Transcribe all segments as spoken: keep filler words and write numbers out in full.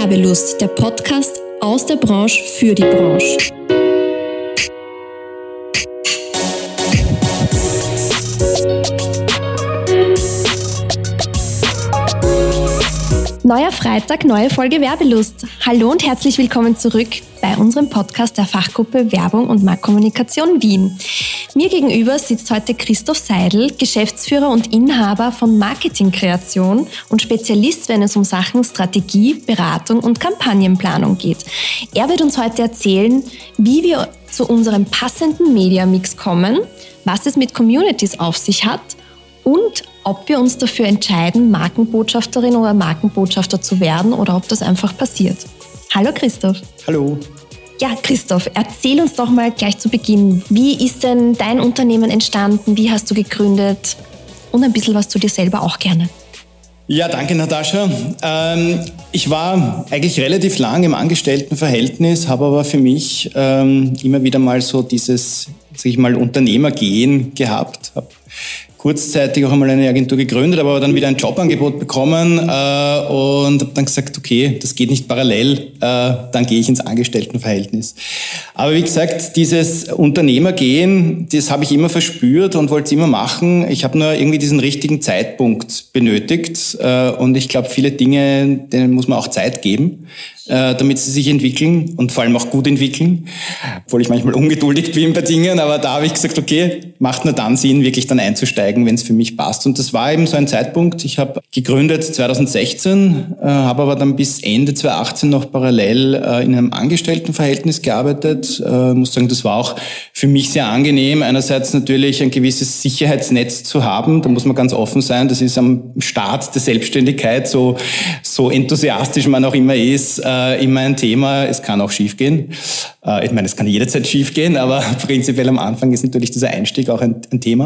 Werbelust, der Podcast aus der Branche für die Branche. Neuer Freitag, neue Folge Werbelust. Hallo und herzlich willkommen zurück bei unserem Podcast der Fachgruppe Werbung und Marktkommunikation Wien. Mir gegenüber sitzt heute Christoph Seidel, Geschäftsführer und Inhaber von Marketingkreation und Spezialist, wenn es um Sachen Strategie, Beratung und Kampagnenplanung geht. Er wird uns heute erzählen, wie wir zu unserem passenden Media-Mix kommen, was es mit Communities auf sich hat und ob wir uns dafür entscheiden, Markenbotschafterin oder Markenbotschafter zu werden oder ob das einfach passiert. Hallo Christoph. Hallo. Ja, Christoph, erzähl uns doch mal gleich zu Beginn, wie ist denn dein Unternehmen entstanden, wie hast du gegründet und ein bisschen was zu dir selber auch gerne. Ja, danke Natascha. Ähm, ich war eigentlich relativ lang im Angestelltenverhältnis, habe aber für mich ähm, immer wieder mal so dieses, sag ich mal, Unternehmergehen gehabt, habe kurzzeitig auch einmal eine Agentur gegründet, aber dann wieder ein Jobangebot bekommen äh, und habe dann gesagt, okay, das geht nicht parallel, äh, dann gehe ich ins Angestelltenverhältnis. Aber wie gesagt, dieses Unternehmergehen, das habe ich immer verspürt und wollte es immer machen. Ich habe nur irgendwie diesen richtigen Zeitpunkt benötigt äh, und ich glaube, viele Dinge, denen muss man auch Zeit geben, äh, damit sie sich entwickeln und vor allem auch gut entwickeln, obwohl ich manchmal ungeduldig bin bei Dingen, aber da habe ich gesagt, okay, macht nur dann Sinn, wirklich dann einzusteigen, wenn es für mich passt. Und das war eben so ein Zeitpunkt. Ich habe gegründet zwanzig sechzehn, äh, habe aber dann bis Ende zwanzig achtzehn noch parallel äh, in einem Angestelltenverhältnis gearbeitet. Äh, muss sagen, das war auch für mich sehr angenehm. Einerseits natürlich ein gewisses Sicherheitsnetz zu haben. Da muss man ganz offen sein. Das ist am Start der Selbstständigkeit, so, so enthusiastisch man auch immer ist, äh, immer ein Thema. Es kann auch schiefgehen. Äh, ich meine, es kann jederzeit schiefgehen, aber prinzipiell am Anfang ist natürlich dieser Einstieg auch ein, ein Thema.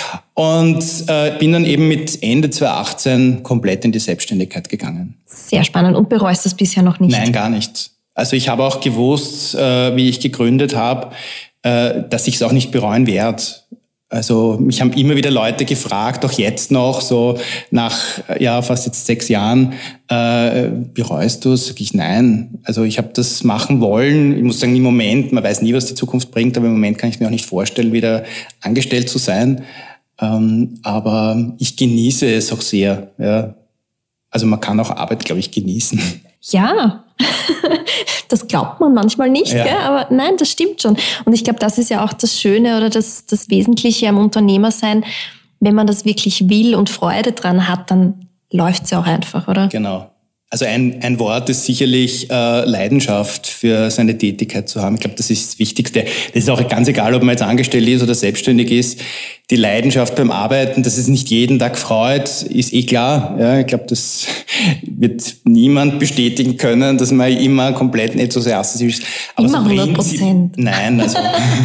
Und äh, bin dann eben mit Ende zwanzig achtzehn komplett in die Selbstständigkeit gegangen. Sehr spannend. Und bereust du es bisher noch nicht? Nein, gar nicht. Also ich habe auch gewusst, äh, wie ich gegründet habe, äh, dass ich es auch nicht bereuen werde. Also mich haben immer wieder Leute gefragt, auch jetzt noch, so nach ja fast jetzt sechs Jahren, äh, bereust du es? Sag ich, nein. Also ich habe das machen wollen. Ich muss sagen, im Moment, man weiß nie, was die Zukunft bringt, aber im Moment kann ich mir auch nicht vorstellen, wieder angestellt zu sein. Ähm, aber ich genieße es auch sehr. Ja. Also man kann auch Arbeit, glaube ich, genießen. Ja, das glaubt man manchmal nicht, ja. Gell? Aber nein, das stimmt schon. Und ich glaube, das ist ja auch das Schöne oder das, das Wesentliche am Unternehmersein. Wenn man das wirklich will und Freude dran hat, dann läuft es ja auch einfach, oder? Genau. Also ein, ein Wort ist sicherlich äh, Leidenschaft für seine Tätigkeit zu haben. Ich glaube, das ist das Wichtigste. Das ist auch ganz egal, ob man jetzt angestellt ist oder selbstständig ist. Die Leidenschaft beim Arbeiten, dass es nicht jeden Tag freut, ist eh klar. Ja, ich glaube, das wird niemand bestätigen können, dass man immer komplett enthusiastisch ist. Aber immer so hundert Prozent. Nein, also.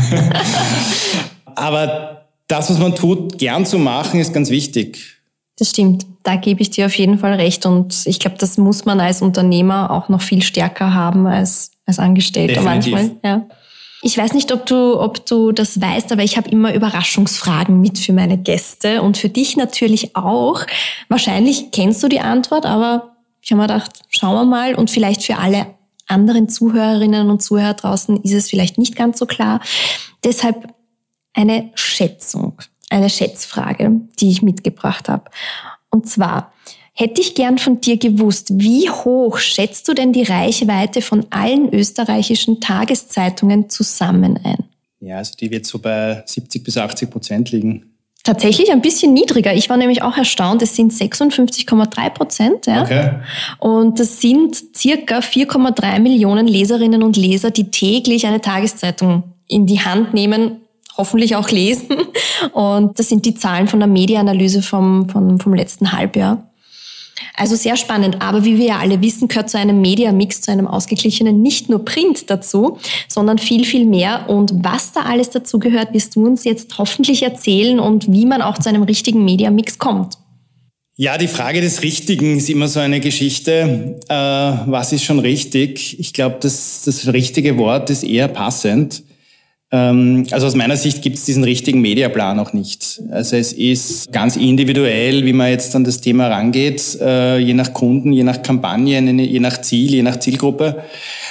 Aber das, was man tut, gern zu machen, ist ganz wichtig. Das stimmt, da gebe ich dir auf jeden Fall recht und ich glaube, das muss man als Unternehmer auch noch viel stärker haben als als Angestellter Definitiv. Manchmal. Ja. Ich weiß nicht, ob du ob du das weißt, aber ich habe immer Überraschungsfragen mit für meine Gäste und für dich natürlich auch. Wahrscheinlich kennst du die Antwort, aber ich habe mir gedacht, schauen wir mal und vielleicht für alle anderen Zuhörerinnen und Zuhörer draußen ist es vielleicht nicht ganz so klar. Deshalb eine Schätzung. Eine Schätzfrage, die ich mitgebracht habe. Und zwar, hätte ich gern von dir gewusst, wie hoch schätzt du denn die Reichweite von allen österreichischen Tageszeitungen zusammen ein? Ja, also die wird so bei siebzig bis achtzig Prozent liegen. Tatsächlich ein bisschen niedriger. Ich war nämlich auch erstaunt, es sind sechsundfünfzig Komma drei Prozent. Ja? Okay. Und das sind circa vier Komma drei Millionen Leserinnen und Leser, die täglich eine Tageszeitung in die Hand nehmen, hoffentlich auch lesen. Und das sind die Zahlen von der Media-Analyse vom, vom, vom letzten Halbjahr. Also sehr spannend. Aber wie wir ja alle wissen, gehört zu einem Media-Mix, zu einem ausgeglichenen nicht nur Print dazu, sondern viel, viel mehr. Und was da alles dazu gehört, wirst du uns jetzt hoffentlich erzählen und wie man auch zu einem richtigen Media-Mix kommt. Ja, die Frage des Richtigen ist immer so eine Geschichte. Äh, was ist schon richtig? Ich glaube, das, das richtige Wort ist eher passend. Also aus meiner Sicht gibt es diesen richtigen Mediaplan auch nicht. Also es ist ganz individuell, wie man jetzt an das Thema rangeht, je nach Kunden, je nach Kampagne, je nach Ziel, je nach Zielgruppe.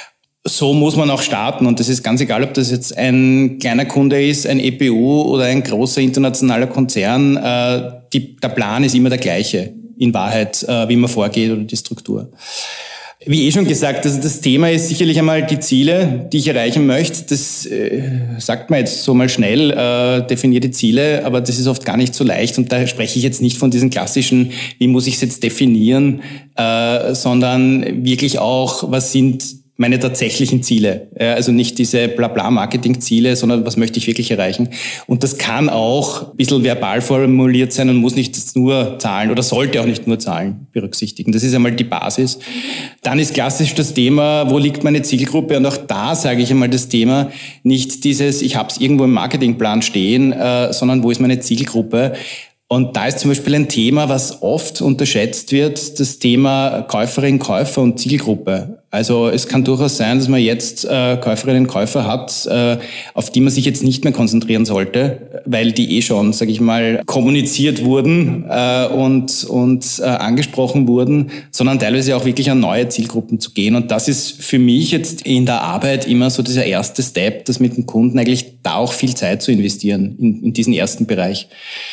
So muss man auch starten und das ist ganz egal, ob das jetzt ein kleiner Kunde ist, ein E P U oder ein großer internationaler Konzern. Die, der Plan ist immer der gleiche in Wahrheit, wie man vorgeht oder die Struktur. Wie eh schon gesagt, also das Thema ist sicherlich einmal die Ziele, die ich erreichen möchte. Das äh, sagt man jetzt so mal schnell, äh, definiert die Ziele, aber das ist oft gar nicht so leicht. Und da spreche ich jetzt nicht von diesen klassischen, wie muss ich es jetzt definieren, äh, sondern wirklich auch, was sind meine tatsächlichen Ziele. Also nicht diese Blabla-Marketing-Ziele, sondern was möchte ich wirklich erreichen. Und das kann auch ein bisschen verbal formuliert sein und muss nicht nur Zahlen oder sollte auch nicht nur Zahlen berücksichtigen. Das ist einmal die Basis. Dann ist klassisch das Thema, wo liegt meine Zielgruppe? Und auch da sage ich einmal das Thema, nicht dieses, ich habe es irgendwo im Marketingplan stehen, äh, sondern wo ist meine Zielgruppe? Und da ist zum Beispiel ein Thema, was oft unterschätzt wird, das Thema Käuferin, Käufer und Zielgruppe. Also es kann durchaus sein, dass man jetzt äh, Käuferinnen und Käufer hat, äh, auf die man sich jetzt nicht mehr konzentrieren sollte, weil die eh schon, sage ich mal, kommuniziert wurden äh, und, und äh, angesprochen wurden, sondern teilweise auch wirklich an neue Zielgruppen zu gehen. Und das ist für mich jetzt in der Arbeit immer so dieser erste Step, das mit dem Kunden eigentlich da auch viel Zeit zu investieren in, in diesen ersten Bereich.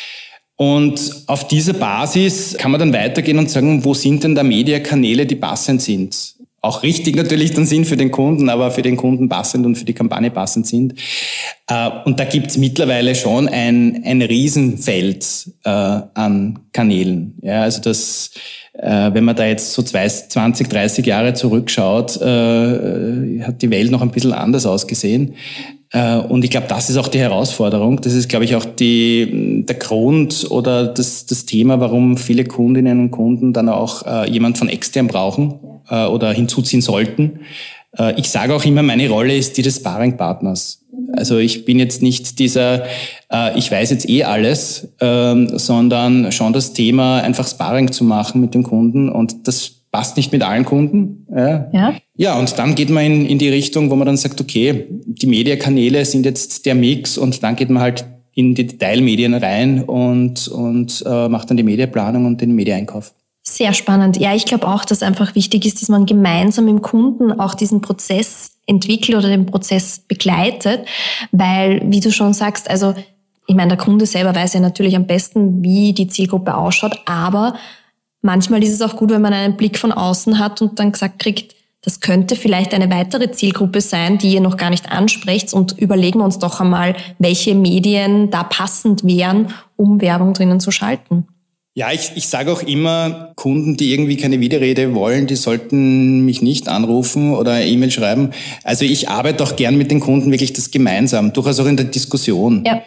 Und auf dieser Basis kann man dann weitergehen und sagen, wo sind denn da Mediakanäle, die passend sind? Auch richtig natürlich dann sind für den Kunden, aber für den Kunden passend und für die Kampagne passend sind. Und da gibt's mittlerweile schon ein, ein Riesenfeld äh, an Kanälen. Ja, also das, äh, wenn man da jetzt so zwanzig, dreißig Jahre zurückschaut, äh, hat die Welt noch ein bisschen anders ausgesehen. Und ich glaube, das ist auch die Herausforderung. Das ist, glaube ich, auch die, der Grund oder das, das Thema, warum viele Kundinnen und Kunden dann auch äh, jemand von extern brauchen äh, oder hinzuziehen sollten. Äh, ich sage auch immer, meine Rolle ist die des Sparringpartners. Also ich bin jetzt nicht dieser, äh, ich weiß jetzt eh alles, äh, sondern schon das Thema, einfach Sparring zu machen mit dem Kunden und das passt nicht mit allen Kunden. Ja, ja. ja und dann geht man in, in die Richtung, wo man dann sagt, okay, die Mediakanäle sind jetzt der Mix und dann geht man halt in die Detailmedien rein und, und äh, macht dann die Mediaplanung und den Mediaeinkauf. Sehr spannend. Ja, ich glaube auch, dass einfach wichtig ist, dass man gemeinsam im Kunden auch diesen Prozess entwickelt oder den Prozess begleitet, weil, wie du schon sagst, also ich meine, der Kunde selber weiß ja natürlich am besten, wie die Zielgruppe ausschaut, aber manchmal ist es auch gut, wenn man einen Blick von außen hat und dann gesagt kriegt, das könnte vielleicht eine weitere Zielgruppe sein, die ihr noch gar nicht ansprecht und überlegen wir uns doch einmal, welche Medien da passend wären, um Werbung drinnen zu schalten. Ja, ich, ich sage auch immer, Kunden, die irgendwie keine Widerrede wollen, die sollten mich nicht anrufen oder E-Mail schreiben. Also ich arbeite auch gern mit den Kunden wirklich das gemeinsam, durchaus auch in der Diskussion. Ja.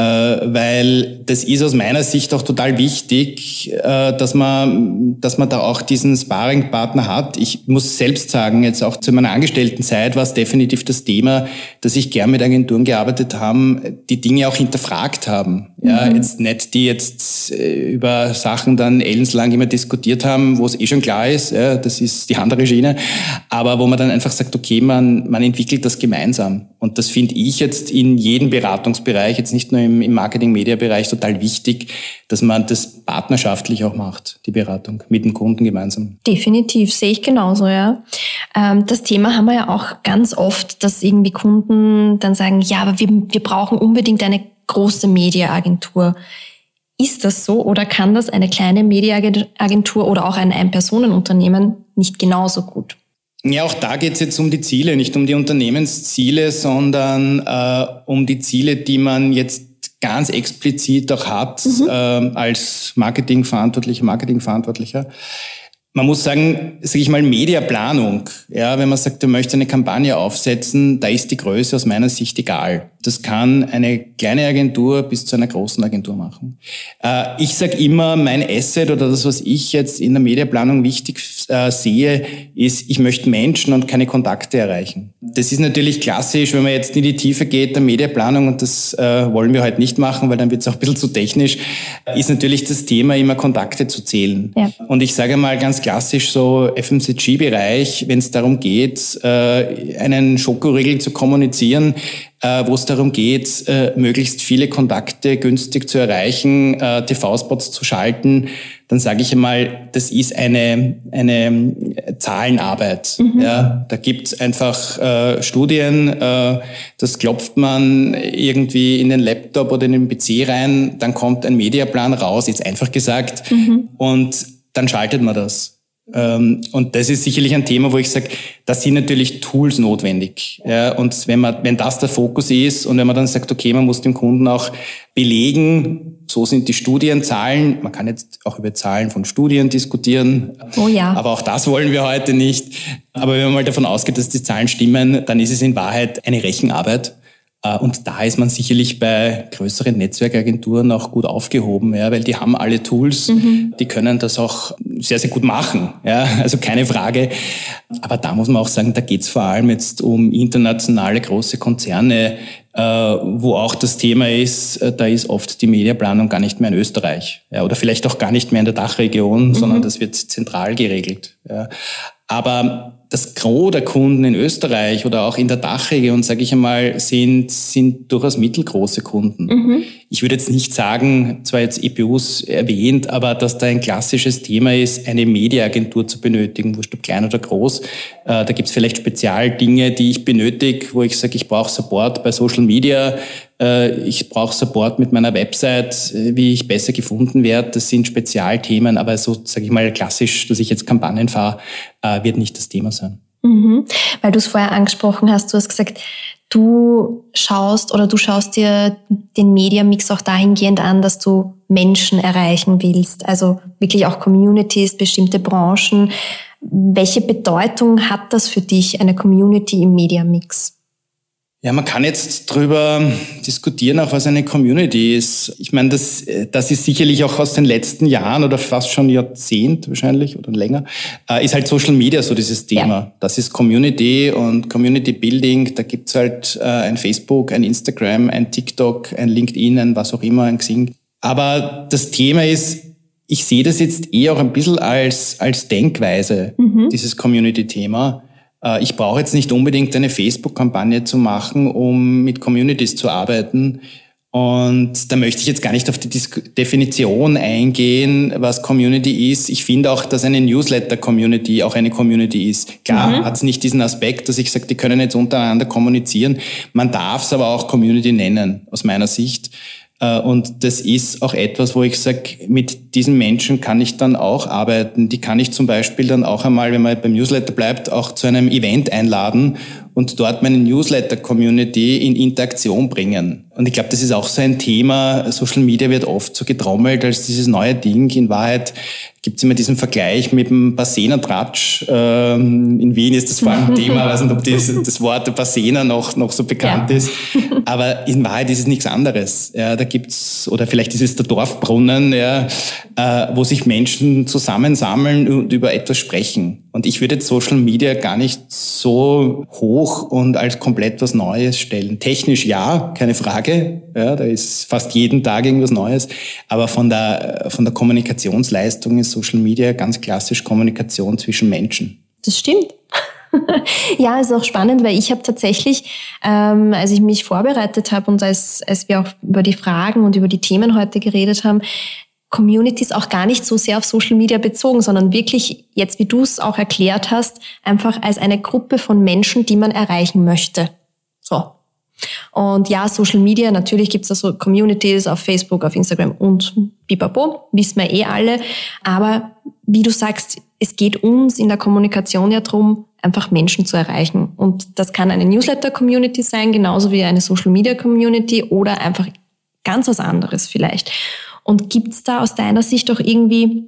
Weil das ist aus meiner Sicht auch total wichtig, dass man, dass man da auch diesen Sparringpartner hat. Ich muss selbst sagen, jetzt auch zu meiner Angestelltenzeit war es definitiv das Thema, dass ich gern mit Agenturen gearbeitet habe, die Dinge auch hinterfragt haben. Ja, mhm. Jetzt nicht, die jetzt über Sachen dann ellenslang immer diskutiert haben, wo es eh schon klar ist, ja, das ist die andere Schiene, aber wo man dann einfach sagt, okay, man, man entwickelt das gemeinsam. Und das finde ich jetzt in jedem Beratungsbereich, jetzt nicht nur im, im Marketing-Media-Bereich, total wichtig, dass man das partnerschaftlich auch macht, die Beratung mit dem Kunden gemeinsam. Definitiv, sehe ich genauso, ja. Ähm, das Thema haben wir ja auch ganz oft, dass irgendwie Kunden dann sagen, ja, aber wir, wir brauchen unbedingt eine große Media-Agentur. Ist das so oder kann das eine kleine Media-Agentur oder auch ein Ein-Personen-Unternehmen nicht genauso gut? Ja, auch da geht es jetzt um die Ziele, nicht um die Unternehmensziele, sondern äh, um die Ziele, die man jetzt ganz explizit auch hat mhm. äh, als Marketingverantwortlicher, Marketingverantwortlicher. Man muss sagen, sage ich mal, Mediaplanung, ja, wenn man sagt, man möchte eine Kampagne aufsetzen, da ist die Größe aus meiner Sicht egal. Das kann eine kleine Agentur bis zu einer großen Agentur machen. Äh, ich sage immer, mein Asset oder das, was ich jetzt in der Mediaplanung wichtig äh, sehe, ist, ich möchte Menschen und keine Kontakte erreichen. Das ist natürlich klassisch, wenn man jetzt in die Tiefe geht der Mediaplanung, und das äh, wollen wir heute nicht machen, weil dann wird es auch ein bisschen zu technisch, ist natürlich das Thema, immer Kontakte zu zählen. Ja. Und ich sage mal ganz klassisch so F M C G-Bereich, wenn es darum geht, äh, einen Schokoriegel zu kommunizieren, äh, wo es darum geht, äh, möglichst viele Kontakte günstig zu erreichen, äh, T V-Spots zu schalten, dann sage ich einmal, das ist eine eine Zahlenarbeit. Mhm. Ja, da gibt's einfach äh, Studien, äh, das klopft man irgendwie in den Laptop oder in den P C rein, dann kommt ein Mediaplan raus, jetzt einfach gesagt, mhm. und dann schaltet man das. Und das ist sicherlich ein Thema, wo ich sage, da sind natürlich Tools notwendig. Ja, und wenn man, wenn das der Fokus ist und wenn man dann sagt, okay, man muss dem Kunden auch belegen, so sind die Studienzahlen. Man kann jetzt auch über Zahlen von Studien diskutieren. Oh ja. Aber auch das wollen wir heute nicht. Aber wenn man mal davon ausgeht, dass die Zahlen stimmen, dann ist es in Wahrheit eine Rechenarbeit. Und da ist man sicherlich bei größeren Netzwerkagenturen auch gut aufgehoben, ja, weil die haben alle Tools, mhm. die können das auch sehr, sehr gut machen, ja, also keine Frage. Aber da muss man auch sagen, da geht's vor allem jetzt um internationale große Konzerne, äh, wo auch das Thema ist, äh, da ist oft die Mediaplanung gar nicht mehr in Österreich, ja, oder vielleicht auch gar nicht mehr in der Dachregion, mhm. sondern das wird zentral geregelt. Ja. Aber das Gros der Kunden in Österreich oder auch in der Dachregion, sage ich einmal, sind sind durchaus mittelgroße Kunden. Mhm. Ich würde jetzt nicht sagen, zwar jetzt E P Us erwähnt, aber dass da ein klassisches Thema ist, eine Mediaagentur zu benötigen, wurscht ob klein oder groß. Äh, da gibt es vielleicht Spezialdinge, die ich benötige, wo ich sage, ich brauche Support bei Social Media, äh, ich brauche Support mit meiner Website, äh, wie ich besser gefunden werde. Das sind Spezialthemen, aber so, sage ich mal, klassisch, dass ich jetzt Kampagnen fahre, äh, wird nicht das Thema sein. Mhm. Weil du es vorher angesprochen hast, du hast gesagt, du schaust oder du schaust dir den Media-Mix auch dahingehend an, dass du Menschen erreichen willst, also wirklich auch Communities, bestimmte Branchen. Welche Bedeutung hat das für dich, eine Community im Media-Mix? Ja, man kann jetzt drüber diskutieren, auch was eine Community ist. Ich meine, das, das ist sicherlich auch aus den letzten Jahren oder fast schon Jahrzehnt wahrscheinlich oder länger, äh, ist halt Social Media so dieses Thema. Ja. Das ist Community und Community Building. Da gibt's halt äh, ein Facebook, ein Instagram, ein TikTok, ein LinkedIn, ein was auch immer, ein Xing. Aber das Thema ist, ich sehe das jetzt eher auch ein bisschen als, als Denkweise, mhm. dieses Community-Thema. Ich brauche jetzt nicht unbedingt eine Facebook-Kampagne zu machen, um mit Communities zu arbeiten. Und da möchte ich jetzt gar nicht auf die Dis- Definition eingehen, was Community ist. Ich finde auch, dass eine Newsletter-Community auch eine Community ist. Klar, mhm. hat es nicht diesen Aspekt, dass ich sage, die können jetzt untereinander kommunizieren. Man darf es aber auch Community nennen, aus meiner Sicht. Und das ist auch etwas, wo ich sage, mit diesen Menschen kann ich dann auch arbeiten. Die kann ich zum Beispiel dann auch einmal, wenn man beim Newsletter bleibt, auch zu einem Event einladen und dort meine Newsletter-Community in Interaktion bringen. Und ich glaube, das ist auch so ein Thema. Social Media wird oft so getrommelt als dieses neue Ding. In Wahrheit gibt es immer diesen Vergleich mit dem Barsener-Tratsch. Ähm, in Wien ist das vor allem ein Thema. Ich weiß nicht, ob das, das Wort Barsener noch, noch so bekannt ja. ist. Aber in Wahrheit ist es nichts anderes. Ja, da gibt's, oder vielleicht ist es der Dorfbrunnen, ja, äh, wo sich Menschen zusammensammeln und über etwas sprechen. Und ich würde jetzt Social Media gar nicht so hoch und als komplett was Neues stellen. Technisch ja, keine Frage. Ja, da ist fast jeden Tag irgendwas Neues. Aber von der, von der Kommunikationsleistung ist Social Media ganz klassisch Kommunikation zwischen Menschen. Das stimmt. Ja, ist auch spannend, weil ich habe tatsächlich, ähm, als ich mich vorbereitet habe und als, als wir auch über die Fragen und über die Themen heute geredet haben, Communities auch gar nicht so sehr auf Social Media bezogen, sondern wirklich, jetzt wie du es auch erklärt hast, einfach als eine Gruppe von Menschen, die man erreichen möchte. So. Und ja, Social Media, natürlich gibt es da so Communities auf Facebook, auf Instagram und pipapo, wissen wir eh alle. Aber wie du sagst, es geht uns in der Kommunikation ja darum, einfach Menschen zu erreichen. Und das kann eine Newsletter-Community sein, genauso wie eine Social-Media-Community oder einfach ganz was anderes vielleicht. Und gibt's da aus deiner Sicht auch irgendwie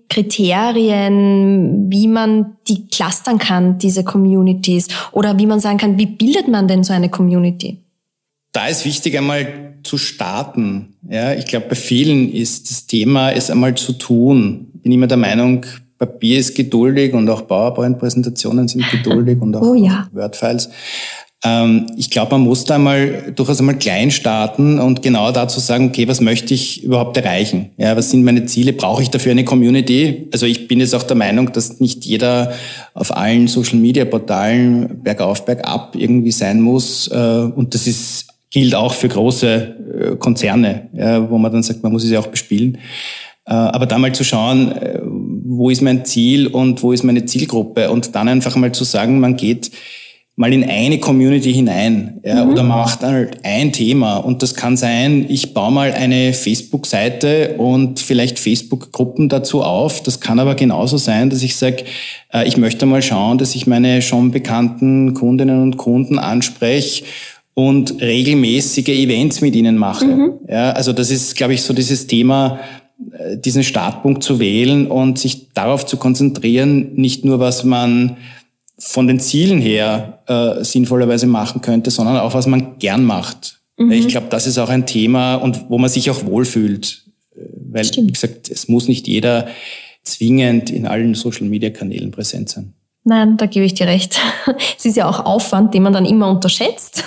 Kriterien, wie man die clustern kann, diese Communities? Oder wie man sagen kann, wie bildet man denn so eine Community? Da ist wichtig, einmal zu starten. Ja, ich glaube, bei vielen ist das Thema, es einmal zu tun. Ich bin immer der Meinung, Papier ist geduldig und auch PowerPoint-Präsentationen sind geduldig und auch oh ja. Word-Files. Ähm, ich glaube, man muss da mal durchaus einmal klein starten und genau dazu sagen, okay, was möchte ich überhaupt erreichen? Ja, was sind meine Ziele? Brauche ich dafür eine Community? Also ich bin jetzt auch der Meinung, dass nicht jeder auf allen Social-Media-Portalen bergauf, bergab irgendwie sein muss. Äh, und das ist gilt auch für große Konzerne, ja, wo man dann sagt, man muss es ja auch bespielen. Aber da mal zu schauen, wo ist mein Ziel und wo ist meine Zielgruppe und dann einfach mal zu sagen, man geht mal in eine Community hinein, ja, mhm. oder macht halt ein Thema und das kann sein, ich baue mal eine Facebook-Seite und vielleicht Facebook-Gruppen dazu auf. Das kann aber genauso sein, dass ich sage, äh, ich möchte mal schauen, dass ich meine schon bekannten Kundinnen und Kunden anspreche und regelmäßige Events mit ihnen mache. Mhm. Ja, also das ist, glaube ich, so dieses Thema, diesen Startpunkt zu wählen und sich darauf zu konzentrieren, nicht nur was man von den Zielen her äh, sinnvollerweise machen könnte, sondern auch, was man gern macht. Mhm. Ich glaube, das ist auch ein Thema und wo man sich auch wohlfühlt. Weil, Stimmt. wie gesagt, es muss nicht jeder zwingend in allen Social-Media-Kanälen präsent sein. Nein, da gebe ich dir recht. Es ist ja auch Aufwand, den man dann immer unterschätzt.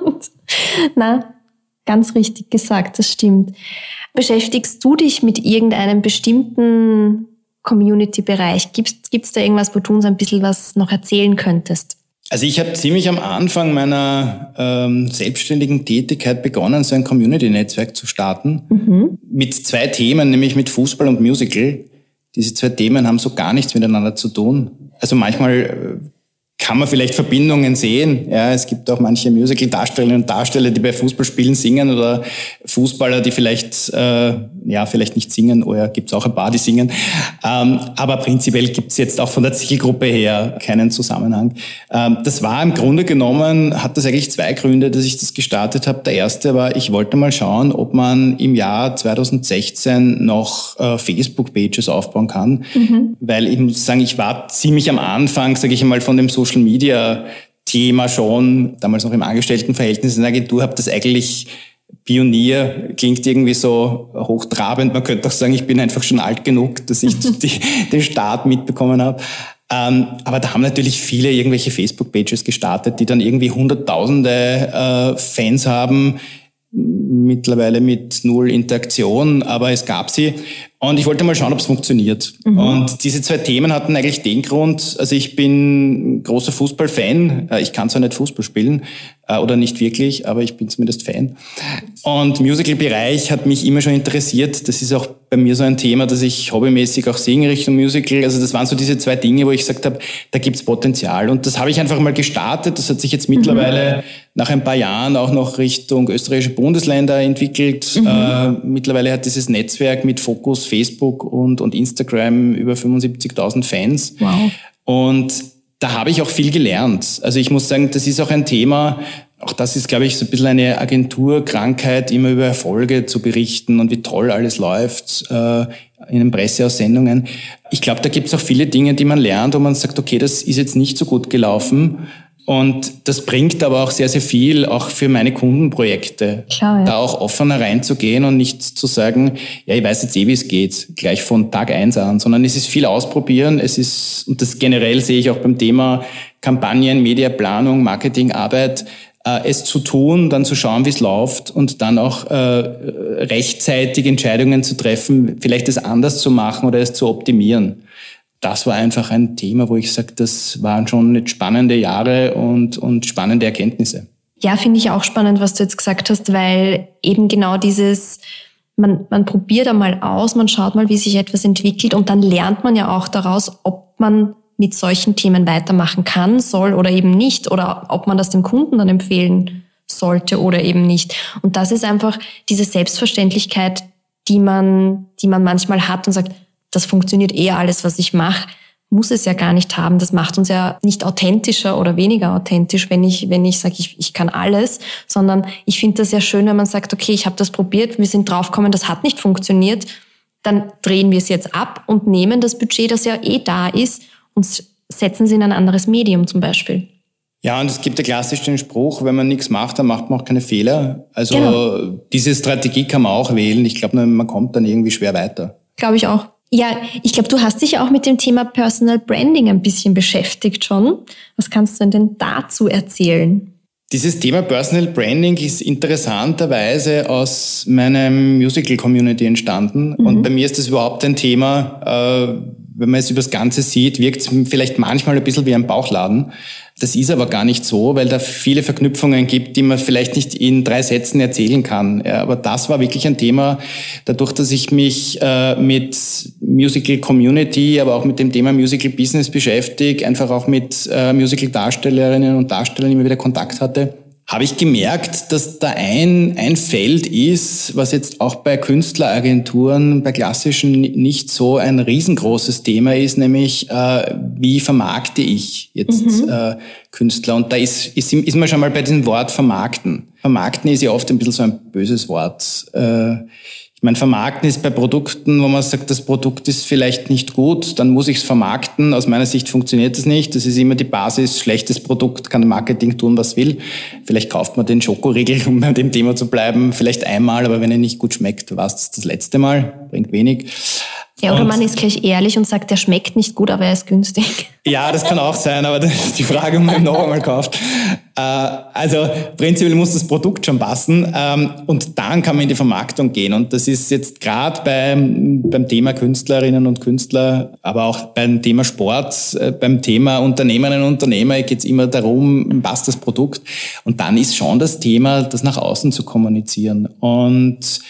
Na, ganz richtig gesagt, das stimmt. Beschäftigst du dich mit irgendeinem bestimmten Community-Bereich? Gibt es da irgendwas, wo du uns ein bisschen was noch erzählen könntest? Also ich habe ziemlich am Anfang meiner ähm, selbstständigen Tätigkeit begonnen, so ein Community-Netzwerk zu starten. Mhm. Mit zwei Themen, nämlich mit Fußball und Musical. Diese zwei Themen haben so gar nichts miteinander zu tun. Also manchmal äh, kann man vielleicht Verbindungen sehen. Ja, es gibt auch manche Musical-Darstellerinnen und Darsteller, die bei Fußballspielen singen oder Fußballer, die vielleicht äh, ja vielleicht nicht singen. Oder gibt es auch ein paar, die singen. Ähm, aber prinzipiell gibt es jetzt auch von der Zielgruppe her keinen Zusammenhang. Ähm, das war im Grunde genommen, hat das eigentlich zwei Gründe, dass ich das gestartet habe. Der erste war, ich wollte mal schauen, ob man im Jahr zwanzig sechzehn noch äh, Facebook-Pages aufbauen kann. Mhm. Weil ich muss sagen, ich war ziemlich am Anfang, sage ich einmal, von dem Social Media Thema schon, damals noch im Angestelltenverhältnis in der Agentur, habe das eigentlich Pionier, klingt irgendwie so hochtrabend. Man könnte auch sagen, ich bin einfach schon alt genug, dass ich die, den Start mitbekommen habe. Ähm, aber da haben natürlich viele irgendwelche Facebook-Pages gestartet, die dann irgendwie hunderttausende äh, Fans haben, mittlerweile mit null Interaktion, aber es gab sie. Und ich wollte mal schauen, ob es funktioniert. Mhm. Und diese zwei Themen hatten eigentlich den Grund, also ich bin großer Fußballfan. Ich kann zwar nicht Fußball spielen oder nicht wirklich, aber ich bin zumindest Fan. Und Musical-Bereich hat mich immer schon interessiert. Das ist auch bei mir so ein Thema, dass ich hobbymäßig auch singe Richtung Musical. Also das waren so diese zwei Dinge, wo ich gesagt habe, da gibt's Potenzial. Und das habe ich einfach mal gestartet. Das hat sich jetzt mittlerweile mhm. nach ein paar Jahren auch noch Richtung österreichische Bundesländer entwickelt. Mhm. Äh, mittlerweile hat dieses Netzwerk mit Fokus Facebook und, und Instagram über fünfundsiebzigtausend Fans. Wow. Und da habe ich auch viel gelernt. Also ich muss sagen, das ist auch ein Thema, auch das ist, glaube ich, so ein bisschen eine Agenturkrankheit, immer über Erfolge zu berichten und wie toll alles läuft äh, in den Presseaussendungen. Ich glaube, da gibt es auch viele Dinge, die man lernt, wo man sagt, okay, das ist jetzt nicht so gut gelaufen. Und das bringt aber auch sehr, sehr viel, auch für meine Kundenprojekte. Klar, ja. Da auch offener reinzugehen und nicht zu sagen, ja, ich weiß jetzt eh, wie es geht, gleich von Tag eins an, sondern es ist viel ausprobieren. Es ist, und das generell sehe ich auch beim Thema Kampagnen, Mediaplanung, Marketingarbeit, äh, es zu tun, dann zu schauen, wie es läuft und dann auch äh, rechtzeitig Entscheidungen zu treffen, vielleicht es anders zu machen oder es zu optimieren. Das war einfach ein Thema, wo ich sage, das waren schon nicht spannende Jahre und, und spannende Erkenntnisse. Ja, finde ich auch spannend, was du jetzt gesagt hast, weil eben genau dieses, man, man probiert einmal aus, man schaut mal, wie sich etwas entwickelt und dann lernt man ja auch daraus, ob man mit solchen Themen weitermachen kann, soll oder eben nicht oder ob man das dem Kunden dann empfehlen sollte oder eben nicht. Und das ist einfach diese Selbstverständlichkeit, die man, die man manchmal hat und sagt, das funktioniert eher alles, was ich mache, muss es ja gar nicht haben. Das macht uns ja nicht authentischer oder weniger authentisch, wenn ich wenn ich sage, ich, ich kann alles, sondern ich finde das ja schön, wenn man sagt, okay, ich habe das probiert, wir sind draufgekommen, das hat nicht funktioniert, dann drehen wir es jetzt ab und nehmen das Budget, das ja eh da ist, und setzen es in ein anderes Medium zum Beispiel. Ja, und es gibt ja klassisch den Spruch, wenn man nichts macht, dann macht man auch keine Fehler. Also genau. Diese Strategie kann man auch wählen. Ich glaube, man kommt dann irgendwie schwer weiter. Glaube ich auch. Ja, ich glaube, du hast dich ja auch mit dem Thema Personal Branding ein bisschen beschäftigt schon. Was kannst du denn dazu erzählen? Dieses Thema Personal Branding ist interessanterweise aus meinem Musical-Community entstanden. Mhm. Und bei mir ist das überhaupt ein Thema, äh, wenn man es übers Ganze sieht, wirkt es vielleicht manchmal ein bisschen wie ein Bauchladen. Das ist aber gar nicht so, weil da viele Verknüpfungen gibt, die man vielleicht nicht in drei Sätzen erzählen kann. Ja, aber das war wirklich ein Thema, dadurch, dass ich mich äh, mit Musical Community, aber auch mit dem Thema Musical Business beschäftige, einfach auch mit äh, Musical Darstellerinnen und Darstellern immer wieder Kontakt hatte, habe ich gemerkt, dass da ein, ein Feld ist, was jetzt auch bei Künstleragenturen, bei klassischen nicht so ein riesengroßes Thema ist, nämlich äh, wie vermarkte ich jetzt mhm. äh, Künstler? Und da ist, ist, ist man schon mal bei diesem Wort vermarkten. Vermarkten ist ja oft ein bisschen so ein böses Wort. Äh, Ich meine, vermarkten ist bei Produkten, wo man sagt, das Produkt ist vielleicht nicht gut, dann muss ich es vermarkten. Aus meiner Sicht funktioniert das nicht. Das ist immer die Basis. Schlechtes Produkt, kann Marketing tun, was will. Vielleicht kauft man den Schokoriegel, um bei dem Thema zu bleiben, vielleicht einmal, aber wenn er nicht gut schmeckt, war es das letzte Mal, bringt wenig. Ja, oder und man ist gleich ehrlich und sagt, der schmeckt nicht gut, aber er ist günstig. Ja, das kann auch sein, aber das ist die Frage, ob man ihn noch einmal kauft. Äh, also prinzipiell muss das Produkt schon passen ähm, und dann kann man in die Vermarktung gehen. Und das ist jetzt gerade beim, beim Thema Künstlerinnen und Künstler, aber auch beim Thema Sport, äh, beim Thema Unternehmerinnen und Unternehmer geht es immer darum, passt das Produkt. Und dann ist schon das Thema, das nach außen zu kommunizieren. Und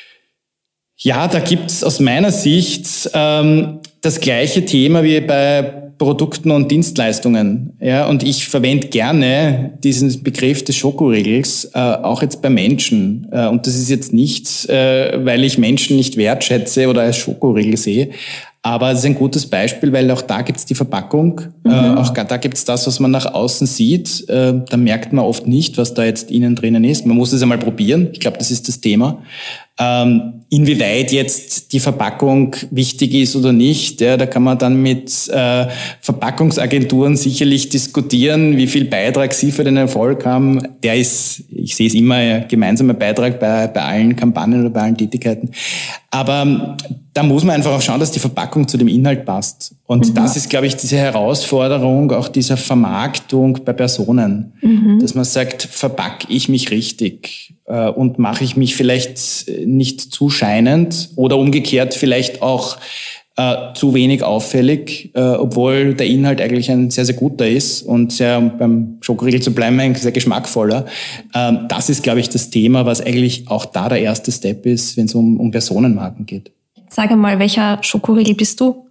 ja, da gibt's aus meiner Sicht ähm, das gleiche Thema wie bei Produkten und Dienstleistungen. Ja, und ich verwende gerne diesen Begriff des Schokoriegels, äh, auch jetzt bei Menschen. Äh, und das ist jetzt nicht, äh, weil ich Menschen nicht wertschätze oder als Schokoriegel sehe. Aber es ist ein gutes Beispiel, weil auch da gibt's die Verpackung, mhm. äh, auch da gibt's das, was man nach außen sieht. Äh, da merkt man oft nicht, was da jetzt innen drinnen ist. Man muss es einmal probieren. Ich glaube, das ist das Thema. Ähm, inwieweit jetzt die Verpackung wichtig ist oder nicht, ja, da kann man dann mit äh, Verpackungsagenturen sicherlich diskutieren, wie viel Beitrag sie für den Erfolg haben. Der ist, ich sehe es immer, ein gemeinsamer Beitrag bei, bei allen Kampagnen oder bei allen Tätigkeiten. Aber ähm, da muss man einfach auch schauen, dass die Verpackung zu dem Inhalt passt. Und mhm. das ist, glaube ich, diese Herausforderung auch dieser Vermarktung bei Personen. Mhm. Dass man sagt, verpacke ich mich richtig äh, und mache ich mich vielleicht nicht zu scheinend oder umgekehrt vielleicht auch äh, zu wenig auffällig, äh, obwohl der Inhalt eigentlich ein sehr, sehr guter ist und sehr, um beim Schokoriegel zu bleiben, ein sehr geschmackvoller. Äh, das ist, glaube ich, das Thema, was eigentlich auch da der erste Step ist, wenn es um, um Personenmarken geht. Sag einmal, welcher Schokoriegel bist du?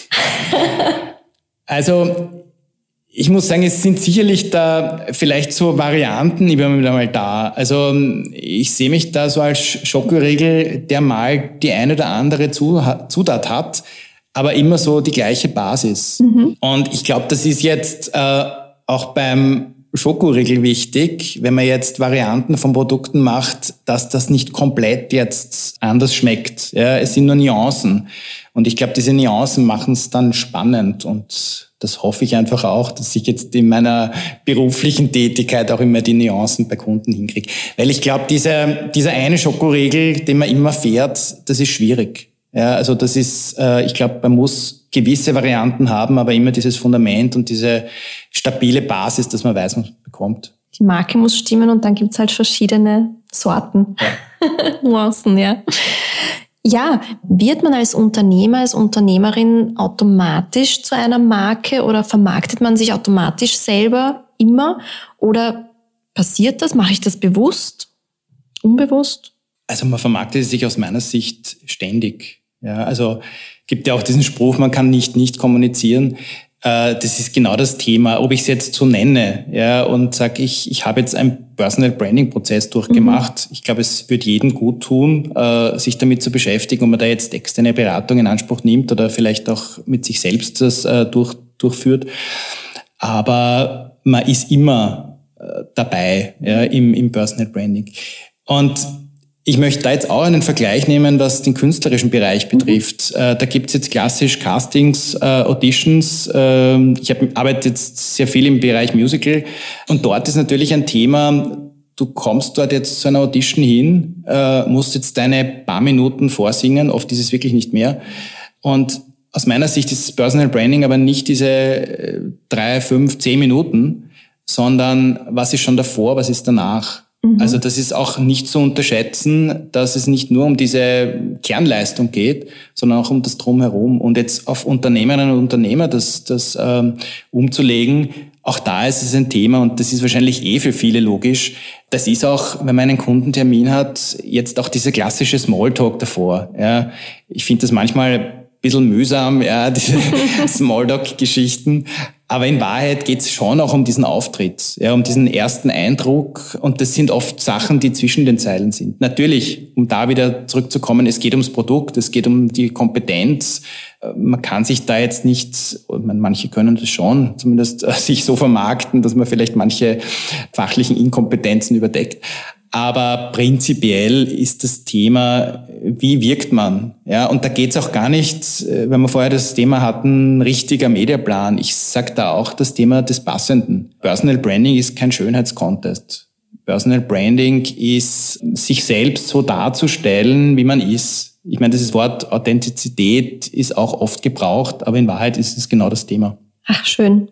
Also, ich muss sagen, es sind sicherlich da vielleicht so Varianten, ich bin wieder mal da. Also, ich sehe mich da so als Schokoriegel, der mal die eine oder andere Zutat hat, aber immer so die gleiche Basis. Mhm. Und ich glaube, das ist jetzt äh, auch beim Schokoriegel wichtig, wenn man jetzt Varianten von Produkten macht, dass das nicht komplett jetzt anders schmeckt. Ja, es sind nur Nuancen. Und ich glaube, diese Nuancen machen es dann spannend. Und das hoffe ich einfach auch, dass ich jetzt in meiner beruflichen Tätigkeit auch immer die Nuancen bei Kunden hinkriege. Weil ich glaube, dieser, dieser eine Schokoriegel, den man immer fährt, das ist schwierig. Ja, also das ist, äh, ich glaube, man muss gewisse Varianten haben, aber immer dieses Fundament und diese stabile Basis, dass man weiß, was man bekommt. Die Marke muss stimmen und dann gibt's halt verschiedene Sorten. Ja. Nuancen, ja. Ja, wird man als Unternehmer, als Unternehmerin automatisch zu einer Marke oder vermarktet man sich automatisch selber immer? Oder passiert das? Mache ich das bewusst? Unbewusst? Also man vermarktet sich aus meiner Sicht ständig. Ja, also gibt ja auch diesen Spruch, man kann nicht nicht kommunizieren. Äh, das ist genau das Thema, ob ich es jetzt so nenne, ja, und sage ich, ich habe jetzt einen Personal Branding Prozess durchgemacht. Mhm. Ich glaube, es wird jedem gut tun, äh, sich damit zu beschäftigen, ob man da jetzt externe Beratung in Anspruch nimmt oder vielleicht auch mit sich selbst das äh, durch, durchführt. Aber man ist immer äh, dabei, ja, im, im Personal Branding. Und ich möchte da jetzt auch einen Vergleich nehmen, was den künstlerischen Bereich betrifft. Mhm. Äh, da gibt's jetzt klassisch Castings, äh, Auditions. Äh, ich hab, arbeite jetzt sehr viel im Bereich Musical. Und dort ist natürlich ein Thema, du kommst dort jetzt zu einer Audition hin, äh, musst jetzt deine paar Minuten vorsingen, oft ist es wirklich nicht mehr. Und aus meiner Sicht ist Personal Branding aber nicht diese drei, fünf, zehn Minuten, sondern was ist schon davor, was ist danach? Mhm. Also das ist auch nicht zu unterschätzen, dass es nicht nur um diese Kernleistung geht, sondern auch um das Drumherum. Und jetzt auf Unternehmerinnen und Unternehmer das, das ähm, umzulegen, auch da ist es ein Thema und das ist wahrscheinlich eh für viele logisch. Das ist auch, wenn man einen Kundentermin hat, jetzt auch dieser klassische Smalltalk davor. Ja, ich finde das manchmal ein bisschen mühsam, ja, diese Smalltalk-Geschichten. Aber in Wahrheit geht es schon auch um diesen Auftritt, ja, um diesen ersten Eindruck. Und das sind oft Sachen, die zwischen den Zeilen sind. Natürlich, um da wieder zurückzukommen, es geht ums Produkt, es geht um die Kompetenz. Man kann sich da jetzt nicht, manche können das schon, zumindest sich so vermarkten, dass man vielleicht manche fachlichen Inkompetenzen überdeckt. Aber prinzipiell ist das Thema, wie wirkt man? Ja, und da geht's auch gar nicht, wenn wir vorher das Thema hatten, richtiger Mediaplan. Ich sage da auch das Thema des Passenden. Personal Branding ist kein Schönheitscontest. Personal Branding ist, sich selbst so darzustellen, wie man ist. Ich meine, dieses Wort Authentizität ist auch oft gebraucht, aber in Wahrheit ist es genau das Thema. Ach, schön.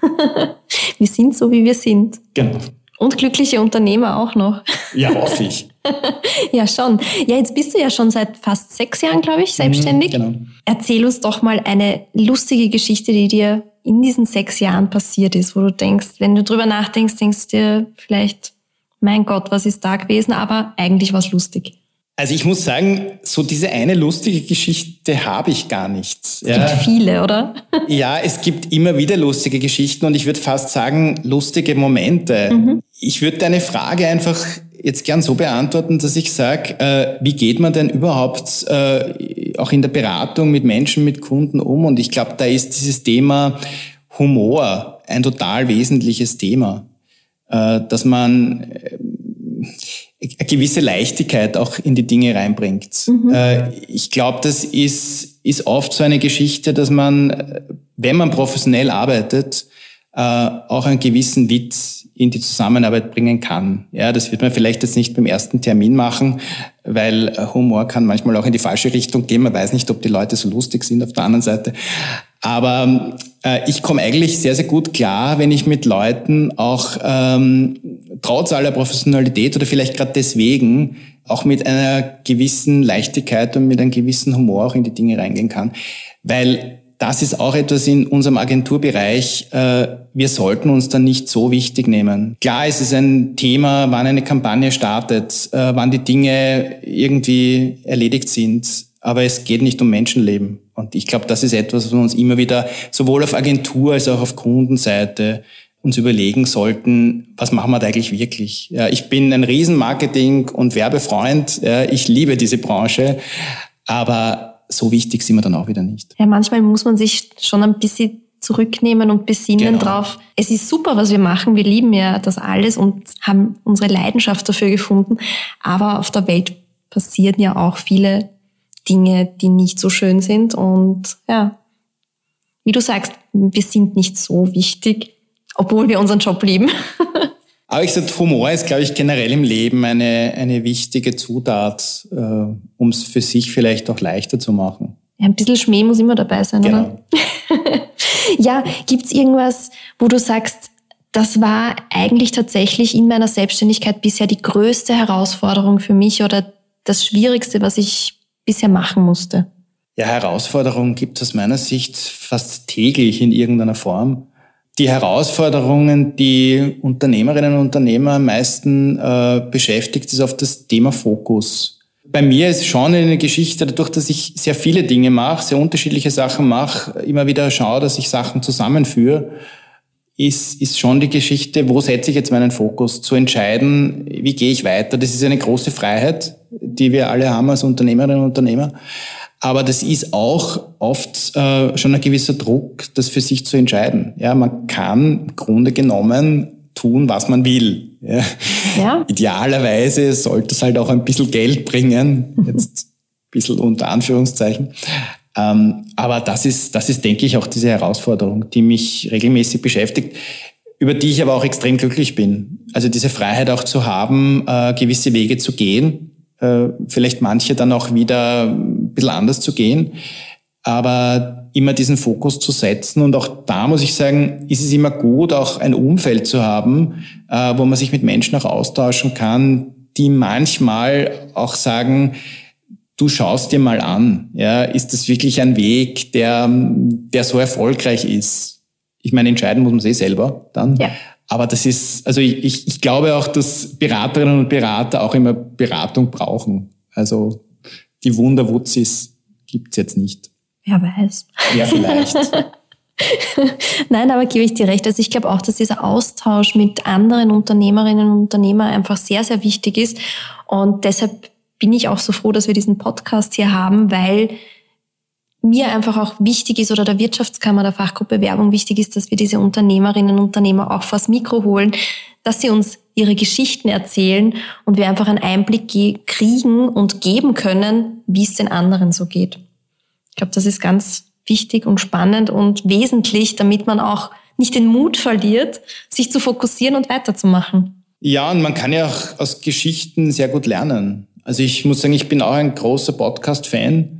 Wir sind so, wie wir sind. Genau. Und glückliche Unternehmer auch noch. Ja, hoffe ich. Ja, schon. Ja, jetzt bist du ja schon seit fast sechs Jahren, glaube ich, selbstständig. Genau. Erzähl uns doch mal eine lustige Geschichte, die dir in diesen sechs Jahren passiert ist, wo du denkst, wenn du drüber nachdenkst, denkst du dir vielleicht, mein Gott, was ist da gewesen, aber eigentlich war es lustig. Also ich muss sagen, so diese eine lustige Geschichte habe ich gar nicht. Es ja. gibt viele, oder? Ja, es gibt immer wieder lustige Geschichten und ich würde fast sagen, lustige Momente. Mhm. Ich würde deine Frage einfach jetzt gern so beantworten, dass ich sage, äh, wie geht man denn überhaupt äh, auch in der Beratung mit Menschen, mit Kunden um? Und ich glaube, da ist dieses Thema Humor ein total wesentliches Thema, äh, dass man äh, eine gewisse Leichtigkeit auch in die Dinge reinbringt. Mhm. Äh, ich glaube, das ist, ist oft so eine Geschichte, dass man, wenn man professionell arbeitet, äh, auch einen gewissen Witz in die Zusammenarbeit bringen kann. Ja, das wird man vielleicht jetzt nicht beim ersten Termin machen, weil Humor kann manchmal auch in die falsche Richtung gehen. Man weiß nicht, ob die Leute so lustig sind auf der anderen Seite. Aber äh, ich komme eigentlich sehr, sehr gut klar, wenn ich mit Leuten auch ähm, trotz aller Professionalität oder vielleicht gerade deswegen auch mit einer gewissen Leichtigkeit und mit einem gewissen Humor auch in die Dinge reingehen kann. Weil das ist auch etwas in unserem Agenturbereich. Äh, wir sollten uns dann nicht so wichtig nehmen. Klar, es ist ein Thema, wann eine Kampagne startet, äh, wann die Dinge irgendwie erledigt sind. Aber es geht nicht um Menschenleben. Und ich glaube, das ist etwas, was wir uns immer wieder sowohl auf Agentur- als auch auf Kundenseite uns überlegen sollten, was machen wir da eigentlich wirklich? Ja, ich bin ein riesen Marketing- und Werbefreund. Ja, ich liebe diese Branche. Aber so wichtig sind wir dann auch wieder nicht. Ja, manchmal muss man sich schon ein bisschen zurücknehmen und besinnen genau. drauf. Es ist super, was wir machen. Wir lieben ja das alles und haben unsere Leidenschaft dafür gefunden. Aber auf der Welt passieren ja auch viele Dinge, die nicht so schön sind. Und ja, wie du sagst, wir sind nicht so wichtig, obwohl wir unseren Job lieben. Aber ich sage, Humor ist, glaube ich, generell im Leben eine, eine wichtige Zutat, äh, um es für sich vielleicht auch leichter zu machen. Ja, ein bisschen Schmäh muss immer dabei sein, genau. Oder? Ja, gibt's irgendwas, wo du sagst, das war eigentlich tatsächlich in meiner Selbstständigkeit bisher die größte Herausforderung für mich oder das Schwierigste, was ich bisher machen musste? Ja, Herausforderungen gibt es aus meiner Sicht fast täglich in irgendeiner Form. Die Herausforderungen, die Unternehmerinnen und Unternehmer am meisten äh, beschäftigt, ist auf das Thema Fokus. Bei mir ist schon eine Geschichte, dadurch, dass ich sehr viele Dinge mache, sehr unterschiedliche Sachen mache, immer wieder schaue, dass ich Sachen zusammenführe, ist, ist schon die Geschichte, wo setze ich jetzt meinen Fokus, zu entscheiden, wie gehe ich weiter. Das ist eine große Freiheit, die wir alle haben als Unternehmerinnen und Unternehmer. Aber das ist auch oft äh, schon ein gewisser Druck, das für sich zu entscheiden. Ja, man kann im Grunde genommen tun, was man will. Ja. Ja. Idealerweise sollte es halt auch ein bisschen Geld bringen, jetzt ein bisschen unter Anführungszeichen. Ähm, aber das ist, das ist, denke ich, auch diese Herausforderung, die mich regelmäßig beschäftigt, über die ich aber auch extrem glücklich bin. Also diese Freiheit auch zu haben, äh, gewisse Wege zu gehen, vielleicht manche dann auch wieder ein bisschen anders zu gehen. Aber immer diesen Fokus zu setzen. Und auch da muss ich sagen, ist es immer gut, auch ein Umfeld zu haben, äh, wo man sich mit Menschen auch austauschen kann, die manchmal auch sagen, du schaust dir mal an, ja, ist das wirklich ein Weg, der, der so erfolgreich ist? Ich meine, entscheiden muss man sich selber dann. Ja. Aber das ist, also ich, ich glaube auch, dass Beraterinnen und Berater auch immer Beratung brauchen. Also die Wunderwutzis gibt's jetzt nicht. Wer weiß. Ja, vielleicht. Nein, aber gebe ich dir recht. Also ich glaube auch, dass dieser Austausch mit anderen Unternehmerinnen und Unternehmern einfach sehr, sehr wichtig ist. Und deshalb bin ich auch so froh, dass wir diesen Podcast hier haben, weil mir einfach auch wichtig ist oder der Wirtschaftskammer der Fachgruppe Werbung wichtig ist, dass wir diese Unternehmerinnen und Unternehmer auch vors Mikro holen, dass sie uns ihre Geschichten erzählen und wir einfach einen Einblick ge- kriegen und geben können, wie es den anderen so geht. Ich glaube, das ist ganz wichtig und spannend und wesentlich, damit man auch nicht den Mut verliert, sich zu fokussieren und weiterzumachen. Ja, und man kann ja auch aus Geschichten sehr gut lernen. Also ich muss sagen, ich bin auch ein großer Podcast-Fan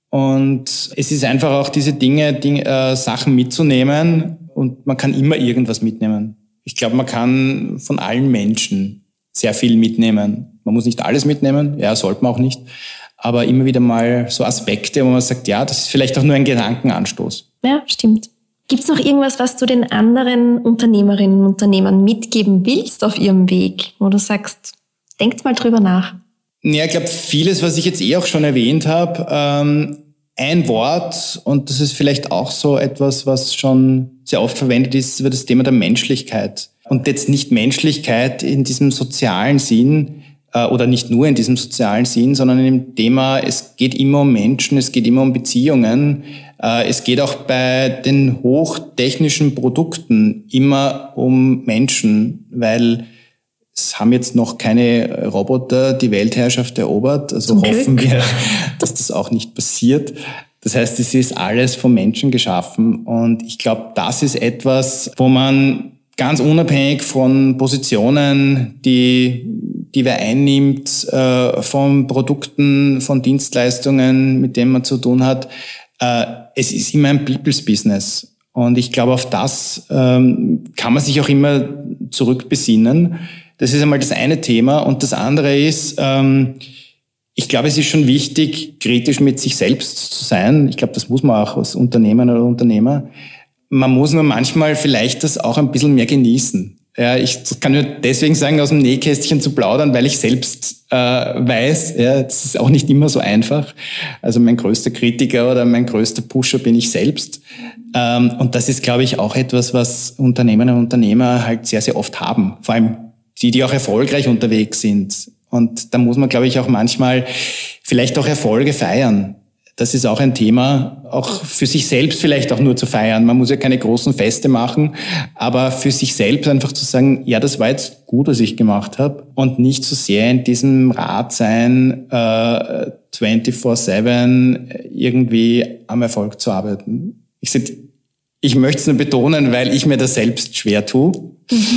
und es ist einfach auch diese Dinge, Dinge äh, Sachen mitzunehmen und man kann immer irgendwas mitnehmen. Ich glaube, man kann von allen Menschen sehr viel mitnehmen. Man muss nicht alles mitnehmen, ja, sollte man auch nicht. Aber immer wieder mal so Aspekte, wo man sagt, ja, das ist vielleicht auch nur ein Gedankenanstoß. Ja, stimmt. Gibt es noch irgendwas, was du den anderen Unternehmerinnen und Unternehmern mitgeben willst auf ihrem Weg, wo du sagst, denkt mal drüber nach? Ja, ich glaube, vieles, was ich jetzt eh auch schon erwähnt habe, ähm, ein Wort, und das ist vielleicht auch so etwas, was schon sehr oft verwendet ist, über das Thema der Menschlichkeit. Und jetzt nicht Menschlichkeit in diesem sozialen Sinn, oder nicht nur in diesem sozialen Sinn, sondern in dem Thema, es geht immer um Menschen, es geht immer um Beziehungen. Es geht auch bei den hochtechnischen Produkten immer um Menschen, weil es haben jetzt noch keine Roboter die Weltherrschaft erobert. Also Zum hoffen Glück. wir, dass das auch nicht passiert. Das heißt, es ist alles vom Menschen geschaffen. Und ich glaube, das ist etwas, wo man ganz unabhängig von Positionen, die die wer einnimmt, äh, von Produkten, von Dienstleistungen, mit denen man zu tun hat. Äh, es ist immer ein People's Business. Und ich glaube, auf das ähm, kann man sich auch immer zurückbesinnen. Das ist einmal das eine Thema. Und das andere ist, ähm, ich glaube, es ist schon wichtig, kritisch mit sich selbst zu sein. Ich glaube, das muss man auch als Unternehmer oder Unternehmer. Man muss nur manchmal vielleicht das auch ein bisschen mehr genießen. Ja, ich kann nur deswegen sagen, aus dem Nähkästchen zu plaudern, weil ich selbst äh, weiß, ja, das ist auch nicht immer so einfach. Also mein größter Kritiker oder mein größter Pusher bin ich selbst. Ähm, und das ist, glaube ich, auch etwas, was Unternehmerinnen und Unternehmer halt sehr, sehr oft haben. Vor allem die, die auch erfolgreich unterwegs sind. Und da muss man, glaube ich, auch manchmal vielleicht auch Erfolge feiern. Das ist auch ein Thema, auch für sich selbst vielleicht auch nur zu feiern. Man muss ja keine großen Feste machen, aber für sich selbst einfach zu sagen, ja, das war jetzt gut, was ich gemacht habe und nicht so sehr in diesem Rad sein, äh, vierundzwanzig sieben irgendwie am Erfolg zu arbeiten. Ich, sag, ich möchte es nur betonen, weil ich mir das selbst schwer tue. Mhm.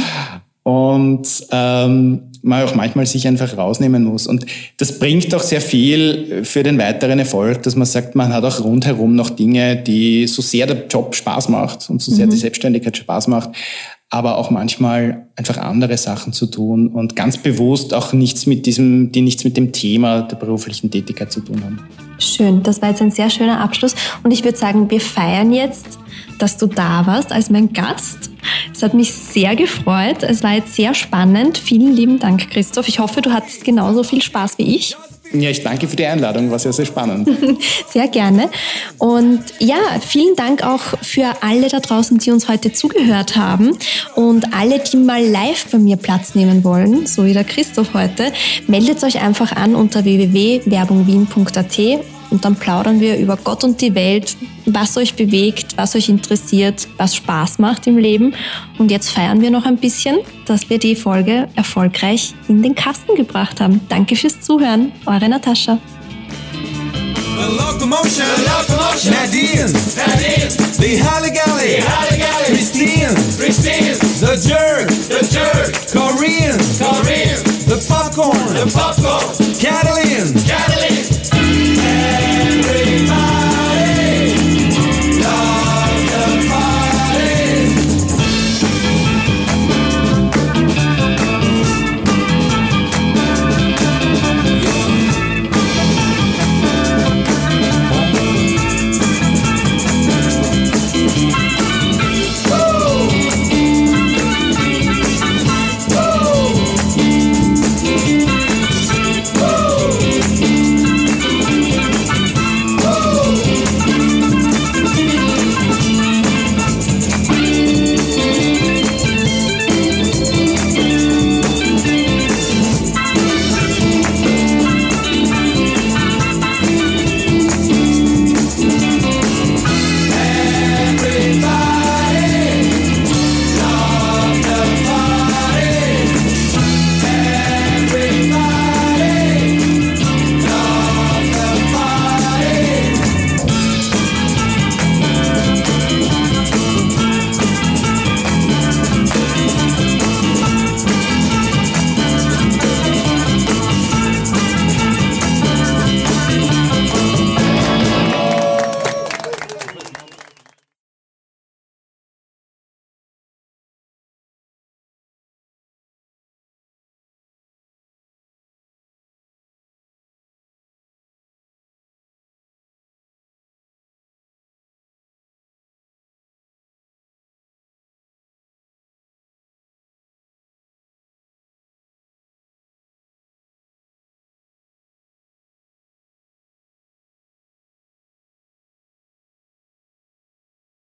Und ähm, man auch manchmal sich einfach rausnehmen muss. Und das bringt auch sehr viel für den weiteren Erfolg, dass man sagt, man hat auch rundherum noch Dinge, die so sehr der Job Spaß macht und so sehr mhm. die Selbstständigkeit Spaß macht, aber auch manchmal einfach andere Sachen zu tun und ganz bewusst auch nichts mit diesem, die nichts mit dem Thema der beruflichen Tätigkeit zu tun haben. Schön, das war jetzt ein sehr schöner Abschluss. Und ich würde sagen, wir feiern jetzt, dass du da warst als mein Gast. Es hat mich sehr gefreut. Es war jetzt sehr spannend. Vielen lieben Dank, Christoph. Ich hoffe, du hattest genauso viel Spaß wie ich. Ja, ich danke für die Einladung. War sehr, sehr spannend. Sehr gerne. Und ja, vielen Dank auch für alle da draußen, die uns heute zugehört haben. Und alle, die mal live bei mir Platz nehmen wollen, so wie der Christoph heute, meldet euch einfach an unter w w w punkt werbung wien punkt a t. Und dann plaudern wir über Gott und die Welt, was euch bewegt, was euch interessiert, was Spaß macht im Leben. Und jetzt feiern wir noch ein bisschen, dass wir die Folge erfolgreich in den Kasten gebracht haben. Danke fürs Zuhören. Eure Natascha. The locomotion, the locomotion, Nadine, Nadine, the Halligalli, Halligalli, Christine, Christine, the jerk, the jerk, Korean, Korean, the popcorn, the popcorn.